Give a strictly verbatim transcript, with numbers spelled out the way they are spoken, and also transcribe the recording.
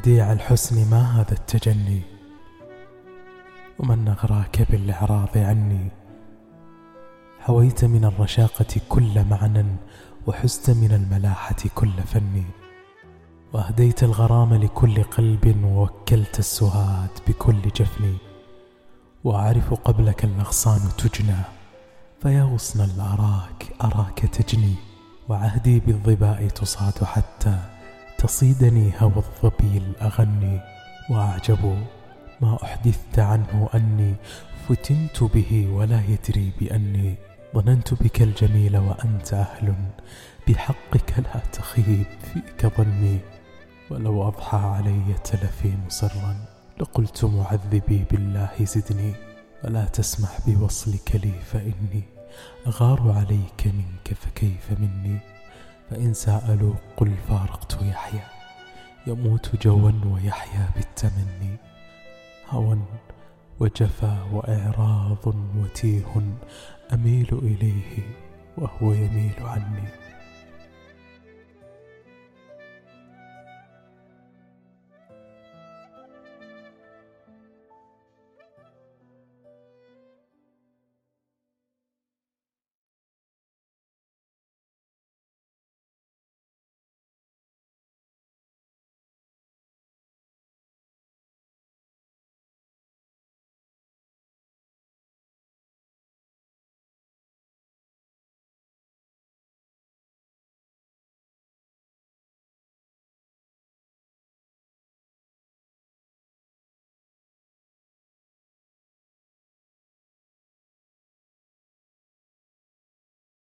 بديع الحسن ما هذا التجني، ومن أغراك بالإعراض عني. حويت من الرشاقة كل معنى، وحزت من الملاحة كل فني، وأهديت الغرام لكل قلب، ووكلت السهاد بكل جفن. وأعرف قبلك الأغصان تجنى، فيا غصن الأراك أراك تجني. وعهدي بالظباء تصاد حتى تصيدني هوى الظبي الأغني. وأعجب ما أحدثت عنه أني فتنت به ولا يدري بأني ظننت بك الجميل وأنت أهل بحقك لا تخيب فيك ظني. ولو أضحى علي تلفي مصرا لقلت معذبي بالله زدني. ولا تسمح بوصلك لي فإني أغار عليك منك فكيف مني. فإن سألوا قل فارقت يحيى يموت جوا ويحيى بالتمني. هوى وجفا وإعراض وتيه أميل إليه وهو يميل عني.